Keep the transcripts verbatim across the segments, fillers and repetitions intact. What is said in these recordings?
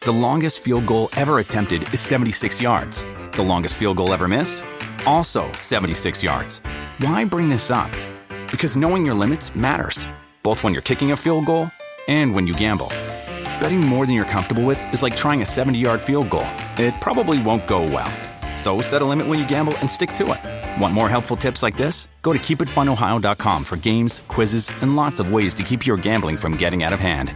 The longest field goal ever attempted is seventy-six yards. The longest field goal ever missed? Also seventy-six yards. Why bring this up? Because knowing your limits matters, both when you're kicking a field goal and when you gamble. Betting more than you're comfortable with is like trying a seventy-yard field goal. It probably won't go well. So set a limit when you gamble and stick to it. Want more helpful tips like this? Go to keep it fun ohio dot com for games, quizzes, and lots of ways to keep your gambling from getting out of hand.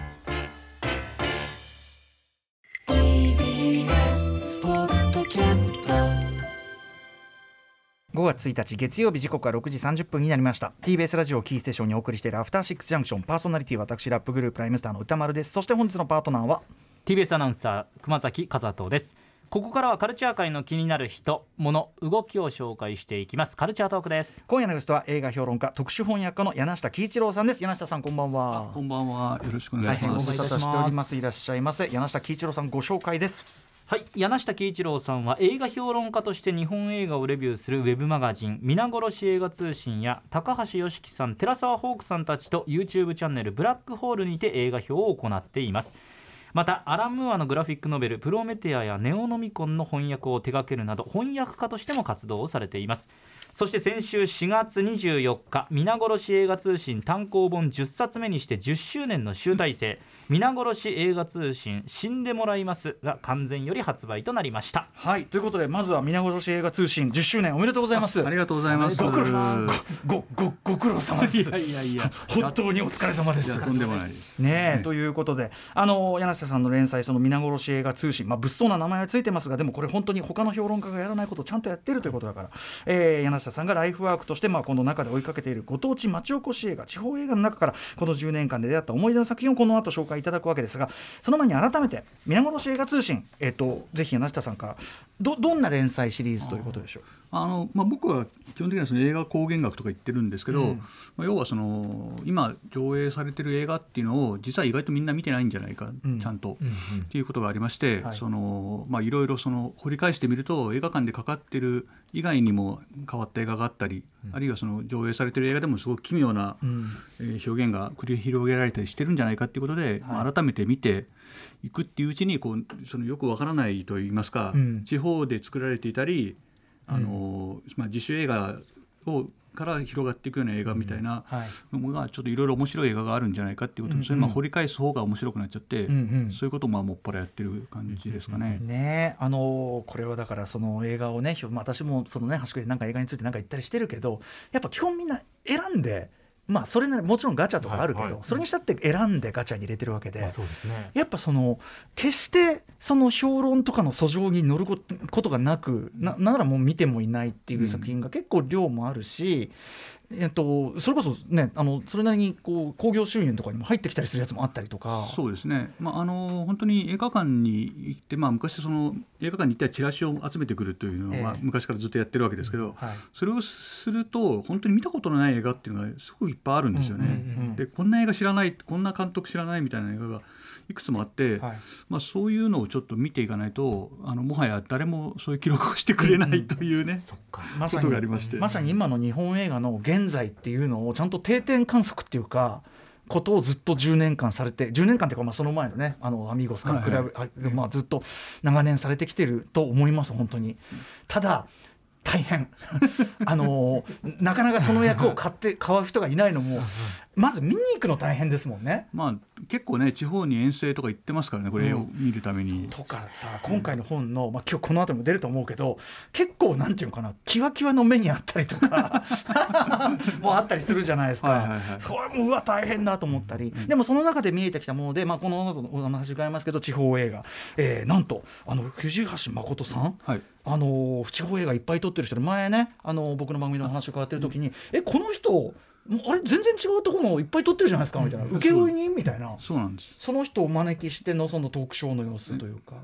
ごがつついたち月曜日、時刻はろくじさんじゅっぷんになりました。 ティービーエス ラジオキーステーションにお送りしているアフターシックスジャンクション、パーソナリティは私ラップグループライムスターの歌丸です。そして本日のパートナーはティービーエス アナウンサー熊崎和人です。ここからはカルチャー界の気になる人、物、動きを紹介していきます。カルチャートークです。 今夜のゲストは映画評論家、特殊翻訳家の柳下喜一郎さんです。柳下さん、こんばんは。 こんばんは、よろしくお願いします。 大変ご無沙汰しております。いらっしゃいませ。柳下喜一郎さん、ご紹介です。 はい、柳下喜一郎さんは映画評論家として日本映画をレビューするウェブマガジン皆殺し映画通信や高橋良樹さん、寺澤ホークさんたちと YouTube チャンネルブラックホールにて映画評を行っています。またアラン・ムーアのグラフィックノベルプロメテアやネオノミコンの翻訳を手掛けるなど翻訳家としても活動をされています。そして先週しがつにじゅうよっか、皆殺し映画通信単行本じゅっさつめにしてじゅっしゅうねんの集大成皆殺し映画通信死んでもらいますが完全より発売となりました。 はい、ということでまずは皆殺し映画通信じゅっしゅうねんおめでとうございます。 あ, ありがとうございます。 ご苦労ごごご苦労様です。 いやいやいや本当にお疲れ様です。 とんでもないですねえ、ということであの柳下さんの連載その皆殺し映画通信、まあ、物騒な名前はついてますがでもこれ本当に他の評論家がやらないことをちゃんとやってるということだから、えー、柳下さんがライフワークとして、まあ、この中で追いかけているご当地町おこし映画地方映画の中からこのじゅうねんかんで出会った思い出の作品をこの後紹介いただくわけですが、その前に改めて皆殺し映画通信、えー、とぜひ柳下さんから ど, どんな連載シリーズということでしょう。 あの、まあ、僕は基本的にはその映画工芸学とか言ってるんですけど、うんまあ、要はその今上映されてる映画っていうのを実は意外とみんな見てないんじゃないか、うん、ちゃんと、うんうん、っていうことがありまして、はい、そのまあいろいろその掘り返してみると映画館でかかってる以外にも変わった映画があったり、うん、あるいはその上映されてる映画でもすごく奇妙な、うんえー、表現が繰り広げられたりしてるんじゃないかっていうことで、はいまあ、改めて見ていくっていううちにこうそのよくわからないといいますか、うん、地方で作られていたりあのうんまあ、自主映画をから広がっていくような映画みたいなのがちょっといろいろ面白い映画があるんじゃないかっていうことで、うんうん、それまあ掘り返す方が面白くなっちゃって、うんうん、そういうことをまあもっぱらやってる感じですかね。 うんうん、ねあのこれはだからその映画をね、まあ、私もそのね端くでなんか映画についてなんか言ったりしてるけどやっぱ基本みんな選んでまあ、それなりもちろんガチャとかあるけど、はいはい、それにしたって選んでガチャに入れてるわけで、まあそうですね、やっぱその決してその評論とかの訴状に乗ることがなく な, ならもう見てもいないっていう作品が結構量もあるし、うんえっと、それこそねあのそれなりにこう興行収入とかにも入ってきたりするやつもあったりとか。 そうですね、まあ、あの本当に映画館に行って、まあ、昔その映画館に行ってはチラシを集めてくるというのは、えー、昔からずっとやってるわけですけど、うんはい、それをすると本当に見たことのない映画っていうのがすごくいっぱいあるんですよね、うんうんうん、でこんな映画知らないこんな監督知らないみたいな映画がいくつもあって、はいまあ、そういうのをちょっと見ていかないとあのもはや誰もそういう記録をしてくれないというね、うんうん、そっかまさにことがありましてまさに今の日本映画の現在っていうのをちゃんと定点観測っていうかことをずっとじゅうねんかんされてじゅうねんかんっていうかまあその前のねあのアミーゴスから比べ、はいはいまあ、ずっと長年されてきてると思います本当に。ただ大変あのなかなかその役を買って買う人がいないのもまず見に行くの大変ですもんね。 まあ結構ね地方に遠征とか行ってますからねこれを見るために、 うん、とかさ今回の本の、まあ、今日この後も出ると思うけど結構なんていうのかなキワキワの目にあったりとかもうあったりするじゃないですか、はいはいはい、それもうわ大変だと思ったり、うん、でもその中で見えてきたもので、まあ、この後のお話伺いますけど地方映画、えー、なんとあの藤橋誠さん、はいあの地方映画いっぱい撮ってる人で前ねあの僕の番組の話を伺ってる時に、うん、えこの人あれ全然違うところのいっぱい撮ってるじゃないですかみたいな、うん、請負人みたいなそ, そうなんですその人をお招きしてのそのトークショーの様子というか、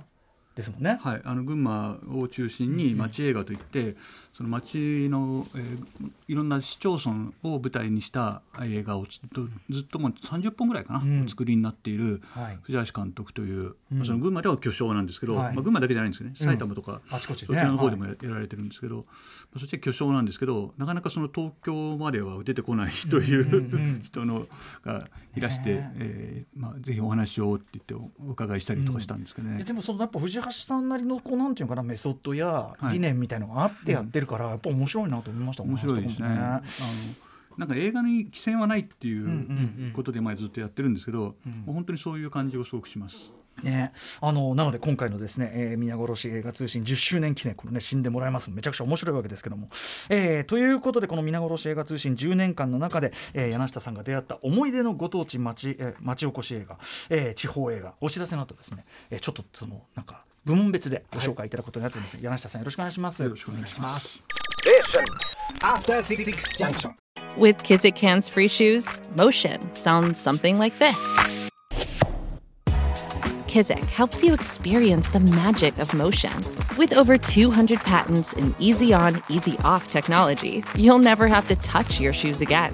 ですもんね。 はい、あの群馬を中心に町映画といって、うんうん、その町の、えー、いろんな市町村を舞台にした映画をずっと、ずっともうさんじゅっぽんぐらいかな、うん、お作りになっている藤橋監督という、はい、その群馬では巨匠なんですけど、はい、まあ、群馬だけじゃないんですけどね、埼玉とか、うん、あちこちでね、そちらの方でも や,、はい、やられてるんですけど、まあ、そして巨匠なんですけど、なかなかその東京までは出てこないという、うんうんうん、人のがいらして、ねえーまあ、ぜひお話をって言ってお伺いしたりとかしたんですけどね、 うん、でもそのやっぱ藤橋さんなりのこうなんていうのかな、メソッドや理念みたいなのがあってやってるから、はい、やっぱ面白いなと思いました。 面白いですね。あのなんか映画に規制はないっていうことで前ずっとやってるんですけど、うんうんうん、もう本当にそういう感じをすごくします。 ね、あのなので今回のですね、えー、皆殺し映画通信じゅっしゅうねん記念、このね死んでもらいます、めちゃくちゃ面白いわけですけども、えー、ということでこの皆殺し映画通信じゅうねんかんの中で、えー、柳下さんが出会った思い出のご当地町、えー、町おこし映画、えー、地方映画、お知らせの後ですね、えー、ちょっとそのなんか部門別でご紹介いただくことになっています、はい、柳下さんよろしくお願いします。 よろしくお願いします。 With Kizik hands-free shoes, motion sounds something like this. Kizik helps you experience the magic of motion. With over two hundred patents and easy-on, easy-off technology, you'll never have to touch your shoes again.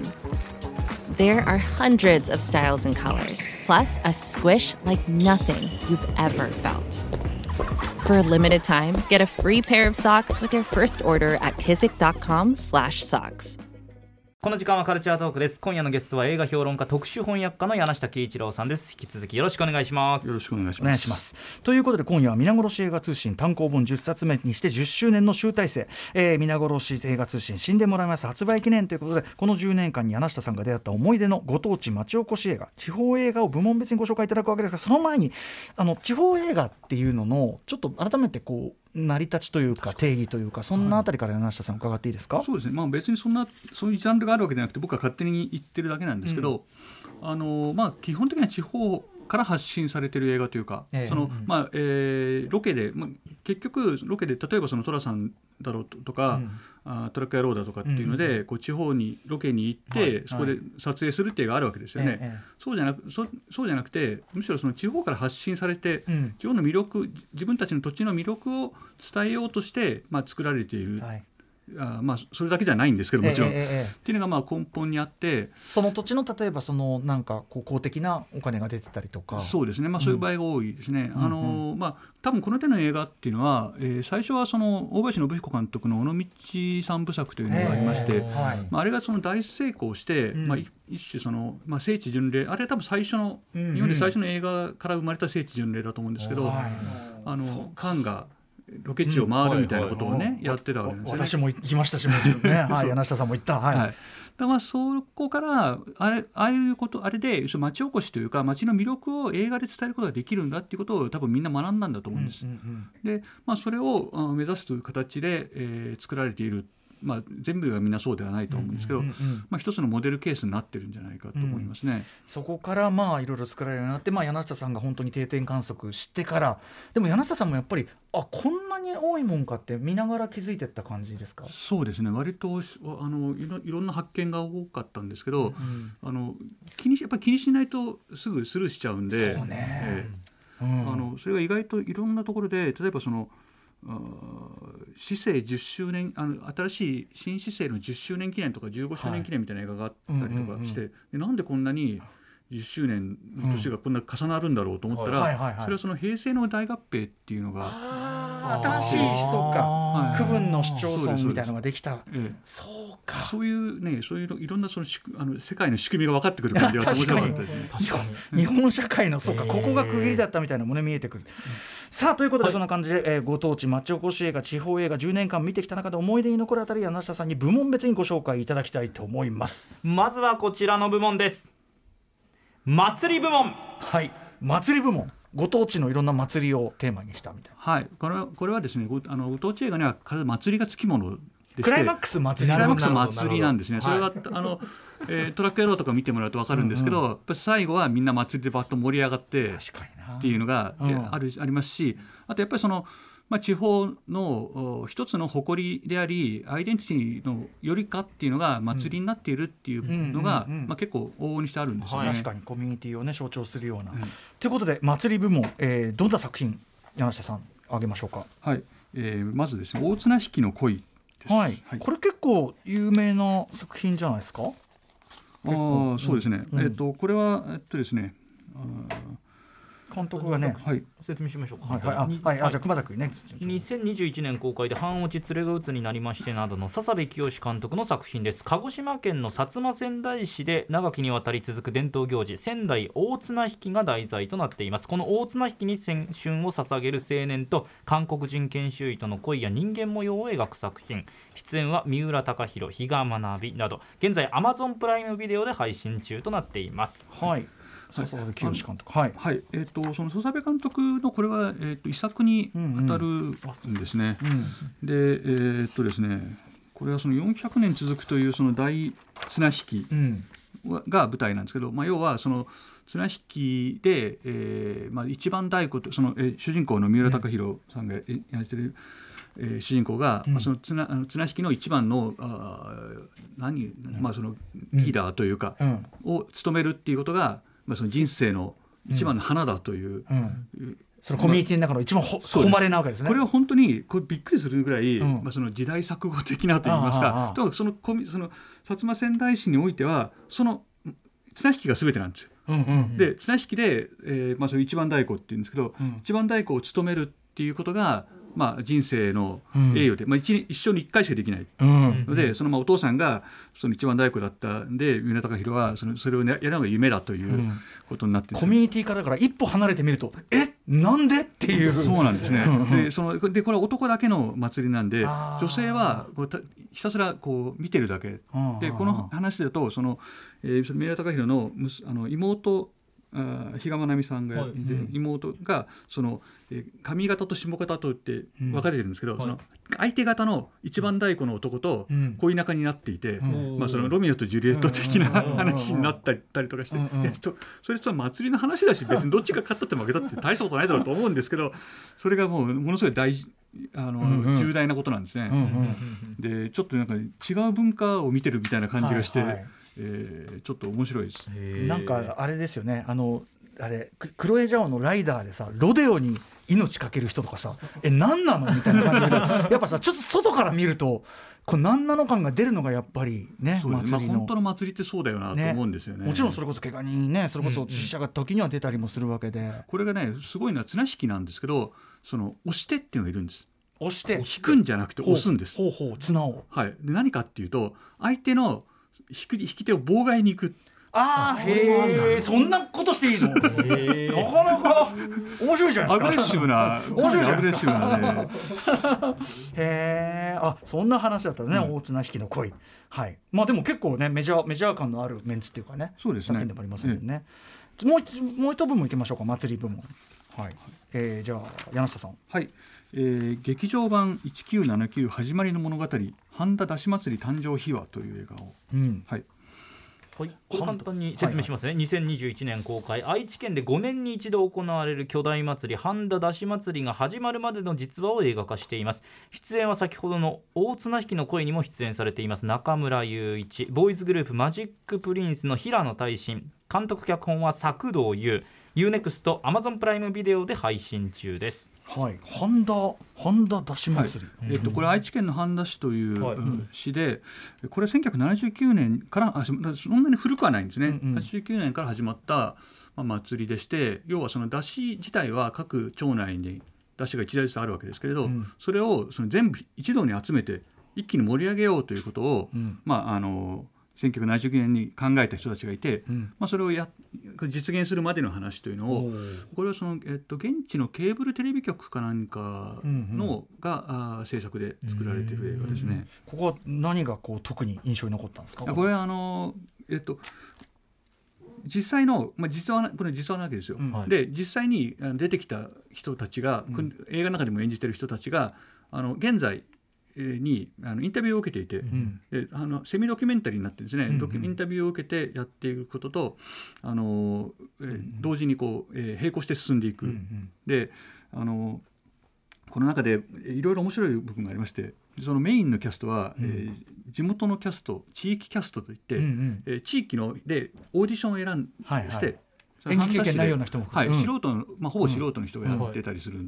There are hundreds of styles and colors, plus a squish like nothing you've ever felt. For a limited time, get a free pair of socks with your first order at kizik dot com slash socks. この時間はカルチャートークです。今夜のゲストは映画評論家、特殊翻訳家の柳下喜一郎さんです。引き続きよろしくお願いします。 よろしくお願いします。 お願いします。ということで今夜は皆殺し映画通信単行本じゅっさつめにしてじゅっしゅうねんの集大成、えー、皆殺し映画通信死んでもらいます発売記念ということで、このじゅうねんかんに柳下さんが出会った思い出のご当地町おこし映画、地方映画を部門別にご紹介いただくわけですが、その前にあの地方映画っていうののちょっと改めてこう成り立ちというか定義というか、そんなあたりから柳下さん伺っていいですか。はい、 そうですね、まあ、別にそんなそういうジャンルがあるわけじゃなくて僕は勝手に言ってるだけなんですけど、うん、あのまあ、基本的には地方から発信されている映画というか、えーそのまあえー、ロケで、まあ、結局ロケで例えばその寅さんだろうとか、うん、あトラック野郎だとかっていうので、うん、こう地方にロケに行って、はい、そこで撮影するっていうのがあるわけですよね。えー、そうじゃなく、そ、そうじゃなくてむしろその地方から発信されて、うん、地方の魅力、自分たちの土地の魅力を伝えようとして、まあ、作られている、はい、あまあ、それだけじゃないんですけどもちろん、えーえー、っていうのがまあ根本にあって、 その土地の例えばそのなんかこう公的なお金が出てたりとか、 そうですね、まあ、そういう場合が多いですね。うん、あのまあ、多分この手の映画っていうのは、えー、最初はその大林信彦監督の尾道三部作というのがありまして、えーはい、まあ、あれがその大成功して、うん、まあ、一種その、まあ、聖地巡礼、あれは多分最初の、うんうん、日本で最初の映画から生まれた聖地巡礼だと思うんですけど、はい、あのカンがロケ地を回るみたいなことをね、うんはいはい、やってたわけですね。 私も行きましたし、もちろんね、はい、柳下さんも行った、はいはい、 だからそこからあれ、ああいうことあれで町おこしというか町の魅力を映画で伝えることができるんだっていうことを多分みんな学んだんだと思うんです。うんうんうん、で、まあ、それを目指すという形で、えー、作られている。まあ、全部がみんなそうではないと思うんですけど、うんうんうん、まあ、一つのモデルケースになってるんじゃないかと思いますね。うん、 そこからまあいろいろ作られるようになって、まあ、柳下さんが本当に定点観測してから、でも柳下さんもやっぱりあこんなに多いもんかって見ながら気づいていった感じですか。 そうですね、割とあの いろ、いろんな発見が多かったんですけど、うん、あの気にしやっぱり気にしないとすぐスルーしちゃうんで、 そうね、 えーうん、あのそれが意外といろんなところで、例えばその市政じゅっしゅうねん、あの新しい新市政のじゅっしゅうねん記念とかじゅうごしゅうねん記念みたいな映画があったりとかして、はいうんうんうん、でなんでこんなにじゅっしゅうねんの年がこんな重なるんだろうと思ったら、うんはいはいはい、それはその平成の大合併っていうのが新しいそうか、はい、区分の市町村みたいなのができた、ええ、そうか、 そういうね、そういういろんなそのあの世界の仕組みが分かってくる感じが面白かったですね。 確かに日本社会のそうか、ここが区切りだったみたいなもの見えてくる。うん、さあということで、はい、そんな感じで、えー、ご当地町おこし映画、地方映画じゅうねんかん見てきた中で思い出に残るあたり、柳下さんに部門別にご紹介いただきたいと思います。 まずはこちらの部門です。祭り部門。 はい、祭り部門、ご当地のいろんな祭りをテーマにしたみたいな。 はい、これは、これはですね、ごあのご当地映画には必ず祭りがつきものでして、 クライマックス祭り、 クライマックス祭りなんですね。それは、はい、あの、えー、トラック野郎とか見てもらうと分かるんですけど、うんうん、やっぱり最後はみんな祭りでバッと盛り上がってっていうのが、うん、あるありますし、あとやっぱりその、まあ、地方の一つの誇りでありアイデンティティのよりかっていうのが祭りになっているっていうのが、まあ、結構往々にしてあるんですよね。 確かにコミュニティを、ね、象徴するような、うん、ということで祭り部門、えー、どんな作品柳下さん挙げましょうか。 はい、えー、まずですね大綱引の恋です、 はいはい、これ結構有名な作品じゃないですか。ああそうですね、うん、えー、とこれはえっとですね監督がね、 はい、説明しましょうか。 はいはい、あ、はい、あ、じゃあ熊崎ね。 にせんにじゅういちねん公開で半落ち連れが鬱になりましてなどの笹部清監督の作品です。鹿児島県の薩摩川内市で長きにわたり続く伝統行事仙台大綱引が題材となっています。この大綱引に青春を捧げる青年と韓国人研修医との恋や人間模様を描く作品。出演は三浦貴大、比嘉学など現在 Amazon プライムビデオで配信中となっています。 はい、笹部清監督、はいはい、えー、とその笹部監督のこれは、えー、と遺作に当たるんですね、うんうん、で、えー、っとですねこれはそのよんひゃくねん続くというその大綱引きが舞台なんですけど、まあ、要はその綱引きで、えーまあ、一番太鼓とその、えー、主人公の三浦貴大さんがやってる、えー、主人公が、うんまあ、その 綱, あの綱引きの一番のあ何、まあ、そのリーダーというか、うん、を務めるっていうことがまあ、その人生の一番の花だという、うんうん、そのコミュニティの中の一番ほ、まあ、誉れなわけですね。 これは本当にこれびっくりするぐらい、うんまあ、その時代錯誤的なといいますか、とそのコミその薩摩川内市においてはその綱引きが全てなんですよ、うんうんうん、で綱引きで、えーまあ、その一番太鼓っていうんですけど、うん、一番太鼓を務めるっていうことがまあ、人生の栄誉で、うんまあ、一, 一生にいっかいしかできないので、うん、そのまあお父さんがその一番太鼓だったんで三浦貴大はそのそれをやるのが夢だということになって、うん、 コミュニティからだから一歩離れてみるとえなんでっていうそうなんですねでそのでこれは男だけの祭りなんで女性はこうたひたすらこう見てるだけでこの話だとその、えー、三浦貴大 の, あの妹比嘉愛さんが、はいうん、妹がその、えー、上方と下方といって分かれてるんですけど、うん、その相手方の一番太鼓の男と恋仲になっていて、うんまあ、そのロミオとジュリエット的な話になったりとかして、うんうん、とそれとは祭りの話だし別にどっちが勝ったって負けたって大したことないだろうと思うんですけどそれがもうものすごい大事あの、うんうん、重大なことなんですね、うんうん、でちょっとなんか違う文化を見てるみたいな感じがして、はいはいえー、ちょっと面白いです。 なんかあれですよねあのあれクロエジャオのライダーでさロデオに命かける人とかさえ何なのみたいな感じでやっぱさちょっと外から見るとこれ何なの感が出るのがやっぱりねそうです、 祭りの、 まあ、本当の祭りってそうだよなと思うんですよね。 もちろんそれこそ怪我人ねそれこそ死者が時には出たりもするわけで、うんうん、 これがねすごいのは綱引きなんですけどその押してっていうのがいるんです。 押して引くんじゃなくて押すんです。 ほうほう綱を、 はい、で何かっていうと相手の引く引き手を妨害に行く。 ああへえそんなことしていいのへなかなか面白いじゃないですか。 アグレッシブな面白いじゃないですか。ね、 へえあそんな話だったね、うん、大綱引きの恋はいまあでも結構ねメジャーメジャー感のあるメンツっていうかねそうですね作品でもありますもんね、ええ、もう一もう一部分いきましょうか祭り部門はい、えー、じゃあ柳下さんはい、えー、劇場版せんきゅうひゃくななじゅうきゅう始まりの物語半田出し祭り誕生秘話という映画を、うんはいはい、これ簡単に説明しますね、はいはい、にせんにじゅういちねん公開愛知県でごねんに一度行われる巨大祭り半田出し祭りが始まるまでの実話を映画化しています。出演は先ほどの大綱引きの恋にも出演されています中村雄一ボーイズグループマジックプリンスの平野大臣監督脚本は作道優 ユーネクスト Amazon プライムビデオで配信中です。 はい、半田半田出し祭り、 はいえー、とこれ愛知県の半田市という、はい、市でこれせんきゅうひゃくななじゅうきゅうねんからあそんなに古くはないんですね、うんうん、はちじゅうきゅうねんから始まった、まあ、祭りでして要はその出し自体は各町内に出しが一台ずつあるわけですけれど、うん、それをその全部一堂に集めて一気に盛り上げようということを、うんまああのせんきゅうひゃくななじゅうきゅうねんに考えた人たちがいて、うんまあ、それをや実現するまでの話というのをこれはその、えっと、現地のケーブルテレビ局か何かの、うんうん、が制作で作られている映画ですね。 ここは何がこう特に印象に残ったんですか。 これはあの、えっと、実際の、まあ、実話これ実話なわけですよ、うんはい、で実際に出てきた人たちが、うん、映画の中でも演じている人たちがあの現在にあのインタビューを受けていて、うん、であのセミドキュメンタリーになってるんですね、うんうん、ドキュインタビューを受けてやっていくこととあの、えー、同時にこう、えー、並行して進んでいく、うんうん、であのこの中でいろいろ面白い部分がありましてそのメインのキャストは、うんえー、地元のキャスト地域キャストといって、うんうんえー、地域のでオーディションを選んで、はいはい、 演技経験ないような人も、 はいうん、素人の、まあ、ほぼ素人の人がやってたりする、うん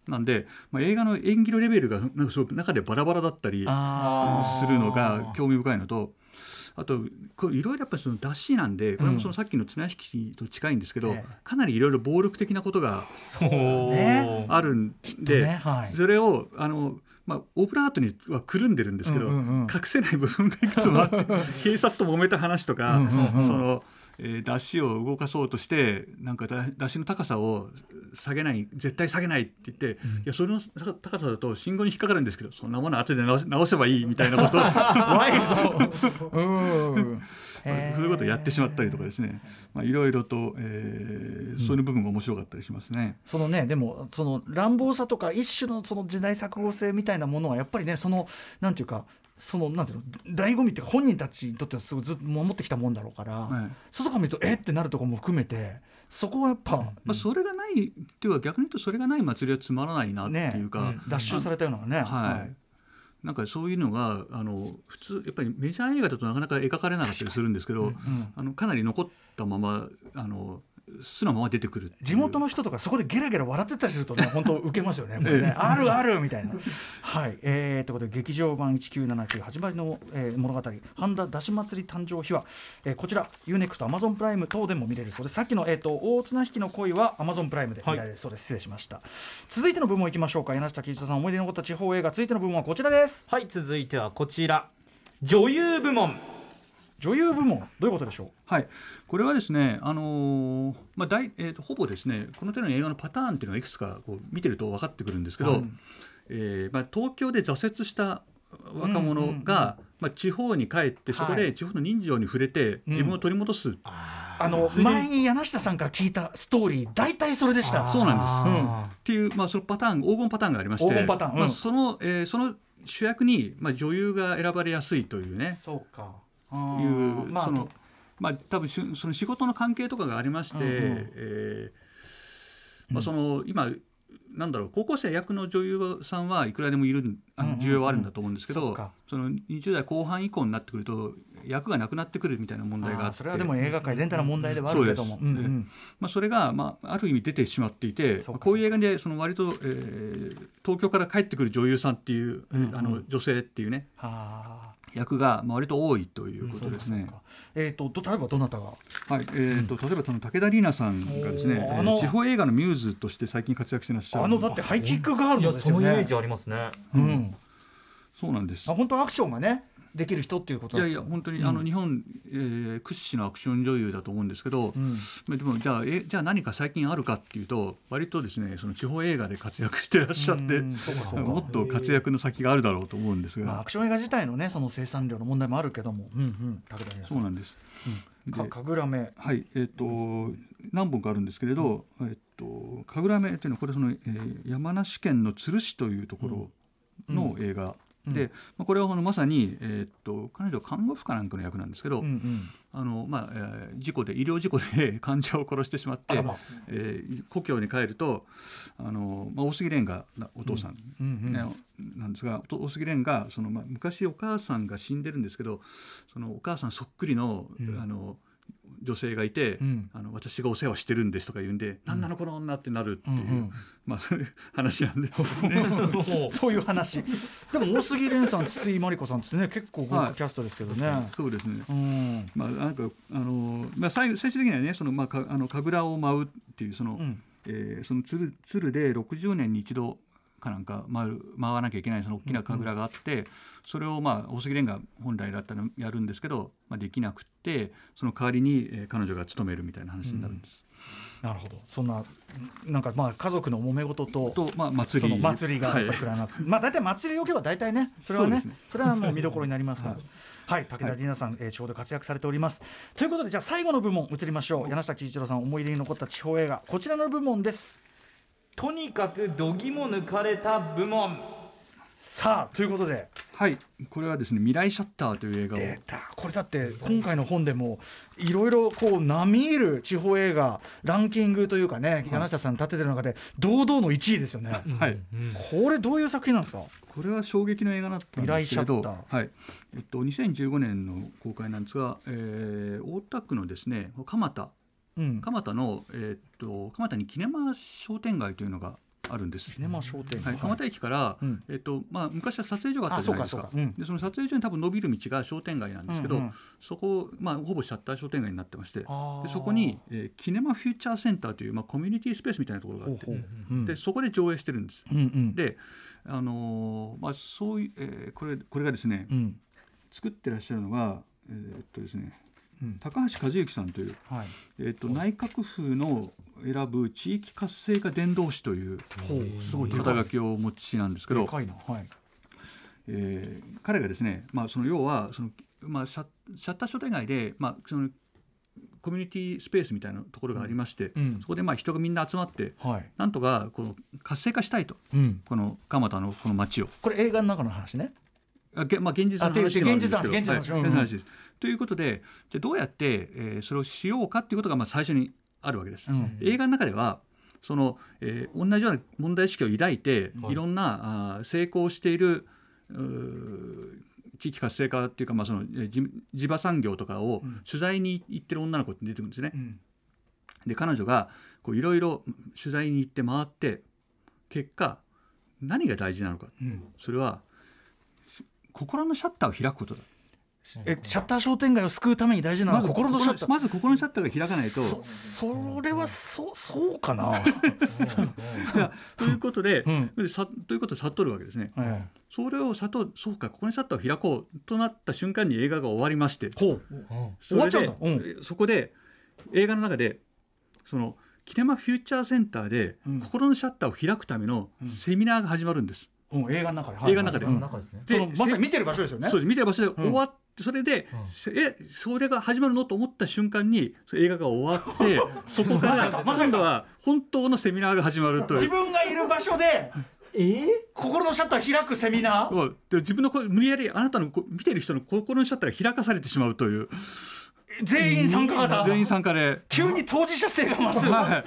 なんで、まあ、映画の演技のレベルがなんかすごく中でバラバラだったりするのが興味深いのと、あといろいろやっぱりその出しなんで、これもそのさっきの綱引きと近いんですけど、うん、かなりいろいろ暴力的なことがあるんで、ねはい、それをあの、まあ、オブラートにはくるんでるんですけど、うんうんうん、隠せない部分がいくつもあって警察と揉めた話とか、うんうんうん、そのえー、出しを動かそうとしてなんか出しの高さを下げない絶対下げないって言って、うん、いやそれの高さだと信号に引っかかるんですけどそんなもの後で直し直せばいいみたいなことをワイルドうんそういうことをやってしまったりとかですね、まあ、いろいろと、えー、そういう部分が面白かったりしますね、 うん、そのねでもその乱暴さとか一種のその時代錯誤性みたいなものはやっぱりねそのなんていうかそのなんていうの醍醐味って本人たちにとってはすごいずっと守ってきたもんだろうから、はい、外から見るとえってなるところも含めてそこはやっぱ、うんまあ、それがないっていうか逆に言うとそれがない祭りはつまらないなっていうか、ねうん、脱臭されたようなね、 はいはい、なんかそういうのがあの普通やっぱりメジャー映画だとなかなか描かれなかったりするんですけど、うんうん、あのかなり残ったままあの素のまま出てくる地元の人とかそこでゲラゲラ笑ってたりするとね本当受けますよねこれねあるあるみたいなはい、えー、ということで劇場版いちきゅうななきゅう始まりの、えー、物語半田だし祭り誕生秘話、えー、こちら ユーネクスト Amazon プライム等でも見れるそうです。さっきの、えー、と大綱引きの恋は Amazon プライムで見られるそうです、はい、失礼しました。続いての部門いきましょうか。柳下喜一さん思い出に残った地方映画続いての部門はこちらです。 はい続いてはこちら女優部門。 女優部門どういうことでしょう。 はい、これはですね、あのーまあ大えー、とほぼですねこの手の映画のパターンっていうのがいくつかこう見てると分かってくるんですけど、うんえーまあ、東京で挫折した若者が、うんうんうんまあ、地方に帰ってそこで地方の人情に触れて自分を取り戻す、うん、 あの前に柳下さんから聞いたストーリー大体それでした。 そうなんです、うん、っていう、まあ、そのパターン黄金パターンがありまして黄金パターン、うんまあ、その、えー、その主役に、まあ、女優が選ばれやすいというねそうかいう、まあそのまあ、多分その仕事の関係とかがありまして、うんうんえーまあ、その今なんだろう高校生役の女優さんはいくらでもいるあの需要はあるんだと思うんですけど、うんうんうん、そ, そのにじゅう代後半以降になってくると役がなくなってくるみたいな問題があって、 それはでも映画界全体の問題ではあるけども、 うんうんうんまあ、それが、まあ、ある意味出てしまっていてこういう映画でその割と、えー、東京から帰ってくる女優さんっていう、うんうん、あの女性っていうねは役が割と多いということですね。 うん、えー、と例えばどなたが、 はいえーとうん、例えばその武田里奈さんがですね、えー、地方映画のミューズとして最近活躍してらっしゃる。 あのだってハイキックガールのですよね。 そのイメージありますね、 うんうん、 そうなんです。 あ本当アクションがねできる人っていうことだ。 いやいや本当に、うん、あの日本、えー、屈指のアクション女優だと思うんですけど、うん、でもじゃあえじゃあ何か最近あるかっていうと割とですねその地方映画で活躍してらっしゃって、もっと活躍の先があるだろうと思うんですが、 まあ、アクション映画自体のねその生産量の問題もあるけども、うんうん、 そうなんです、 うん、か神楽目はいえー、と何本かあるんですけれど、うんえー、と神楽目というのはこれその、えー、山梨県の都留市というところの映画、うんうんでまあ、これはまさに、えー、っと彼女は看護婦かなんかの役なんですけど、うんうんあのまあえー、事故で医療事故で患者を殺してしまって、まあえー、故郷に帰るとあの、まあ、大杉蓮がお父さん、うんうんね、なんですが大杉蓮がその、まあ、昔お母さんが死んでるんですけどそのお母さんそっくりの、うん、あの女性がいて、うん、あの私がお世話してるんですとか言うんで、うん、何なのこの女ってなるっていう、うんうんまあ、そういう話なんですねそういう話でも大杉蓮さん筒井真理子さんってね結構豪華キャストですけどね、はい、 そうですね、うんまあなんかあのまあ、最, 最終的にはねその、まあ、かあの神楽を舞うっていうその、うんえー、その鶴, 鶴でろくじゅうねんに一度かなんか 舞, う舞わなきゃいけないその大きな神楽があって、うんうん、それをまあ大杉蓮が本来だったらやるんですけど、まあ、できなくってその代わりに、えー、彼女が務めるみたいな話になるんです、 うん、なるほど。そんななんかまあ家族の揉め事 と, と、まあ、祭りその祭りが膨らまつ、はい、まあ大体祭りを置けば大体ねそれは ね, そ, ねそれはもう見どころになりますから、はいはい、武田里奈さん、はいえー、ちょうど活躍されておりますということでじゃあ最後の部門移りましょう。柳下喜一郎さん思い出に残った地方映画こちらの部門です。 とにかく度肝抜かれた部門。 さあということではいこれはですね未来シャッターという映画を出た。これだって今回の本でもいろいろこう並みいる地方映画ランキングというかね、はい、柳下さん立ててる中で堂々のいちいですよね、 はい、 これどういう作品なんですか。 これは衝撃の映画だったんですけど、はいえっと、にせんじゅうごねんの公開なんですが、えー、大田区のですね蒲田、うん、蒲田の、えー、っと蒲田にキネマ商店街というのがあるんです。 キネマ商店街、 はい、蒲田駅から、うんえっとまあ、昔は撮影所があったじゃないですか。そ, かそ, か、うん、でその撮影所に多分伸びる道が商店街なんですけど、うんうん、そこ、まあ、ほぼシャッター商店街になってまして、でそこに、えー、キネマフューチャーセンターという、まあ、コミュニティスペースみたいなところがあって、うんうん、でそこで上映してるんです、うんうん、で、あのーまあそういうえー、これこれがですね、うん、作ってらっしゃるのが、えー、っとですねうん、高橋和之さんという、はいえー、と内閣府の選ぶ地域活性化伝道師という肩書きをお持ちなんですけど、はいえー、彼がですね、まあ、その要はその、まあ、シャッター商店街で、まあ、そのコミュニティスペースみたいなところがありまして、うん、そこでまあ人がみんな集まって、はい、なんとかこの活性化したいと、うん、この蒲田のこの街を。 これ映画の中の話ね。 あげまあ、現実の話ではあるんですけど、現実の話、 はい、 現実の話です、うん、ということで、じゃあどうやって、えー、それをしようかということがまあ最初にあるわけです、うん、映画の中ではその、えー、同じような問題意識を抱いて、はい、いろんなあ成功している地域活性化っていうか、まあ、その地場産業とかを取材に行ってる女の子って出てくるんですね、うん、で彼女がいろいろ取材に行って回って結果何が大事なのか、うん、それは心のシャッターを開くことだ。 えシャッター商店街を救うために大事なのは心のシャッター、 まず心のシャッターが開かないとそ, それは そ, そうかなということで、うん、さということで悟るわけですね、はい、それを悟そうかここにシャッターを開こうとなった瞬間に映画が終わりまして、ほうそれで、うん、そこで映画の中でそのキネマフューチャーセンターで、うん、心のシャッターを開くためのセミナーが始まるんです、 うん、映画の中で、 はい、映画の中で、うん、 そのまさに見てる場所ですよね。 そうです、見てる場所で終わって、うん、それで、うん、えそれが始まるのと思った瞬間に映画が終わってそこから今度は本当のセミナーが始まるという、 自分がいる場所でえー、心のシャッター開くセミナーで自分の無理やりあなたの見てる人の心のシャッターが開かされてしまうという、 全員参加型、 全員参加で急に当事者性が増す、はい、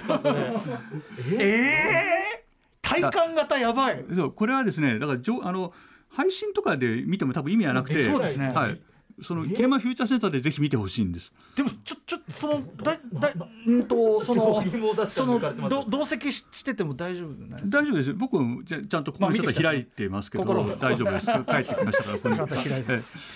えー体感型やばい。 そうこれはですねだからあの配信とかで見ても多分意味はなくて、 そうですね、 はい、そのキネマフューチャーセンターでぜひ見てほしいんです。 でもちょちょそのだだんとそのそのど同席してても大丈夫ない？大丈夫です。僕もじゃちゃんとこのシャッター開いてますけど、まあ、大丈夫です。帰ってきましたからこのシャッター開いて。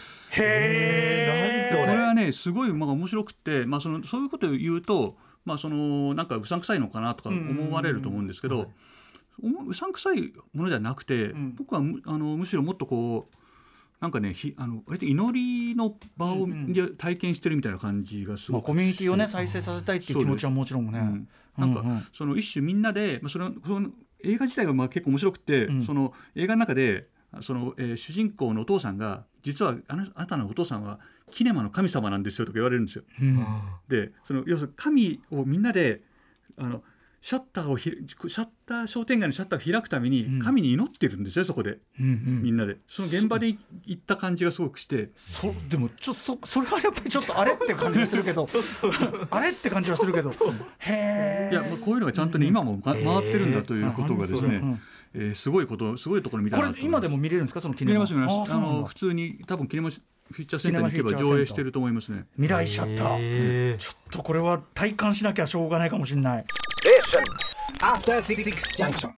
へー、 これはねすごいまあ面白くて、まあ、そのそういうことを言うと、まあ、そのなんかうさんくさいのかなとか思われると思うんですけど、うさんくさいものじゃなくて、うん、僕はむあのむしろもっとこうなんかねひあの割と祈りの場を、うんうん、体験してるみたいな感じがすごく、まあ、 コミュニティをね再生させたいっていう気持ちはもちろんね、うん、 なんか、うんうん、その一種みんなで、まあ、そのその映画自体がまあ結構面白くて、うん、その映画の中でその、えー、主人公のお父さんが実はあなたのお父さんはキネマの神様なんですよとか言われるんですよ、うん、でその要するに神をみんなであのシャッターをひシャッター商店街のシャッターを開くために神に祈ってるんですよ、うん、そこで、うんうん、みんなでその現場で行った感じがすごくして、 そでもちょ そ, それはやっぱりちょっとあれって感じがするけどあれって感じはするけどへいや、まあ、こういうのがちゃんとね、うん、今も、ま、回ってるんだということがですね、うんえー、すごいことすごいところ見たなと。 これ今でも見れるんですかそのキネマ？ 見れます見れます。あの普通に多分キネマフューチャーセンターに行けば上映してると思いますね。 未来シャッター、ちょっとこれは体感しなきゃしょうがないかもしれない。After シックス junction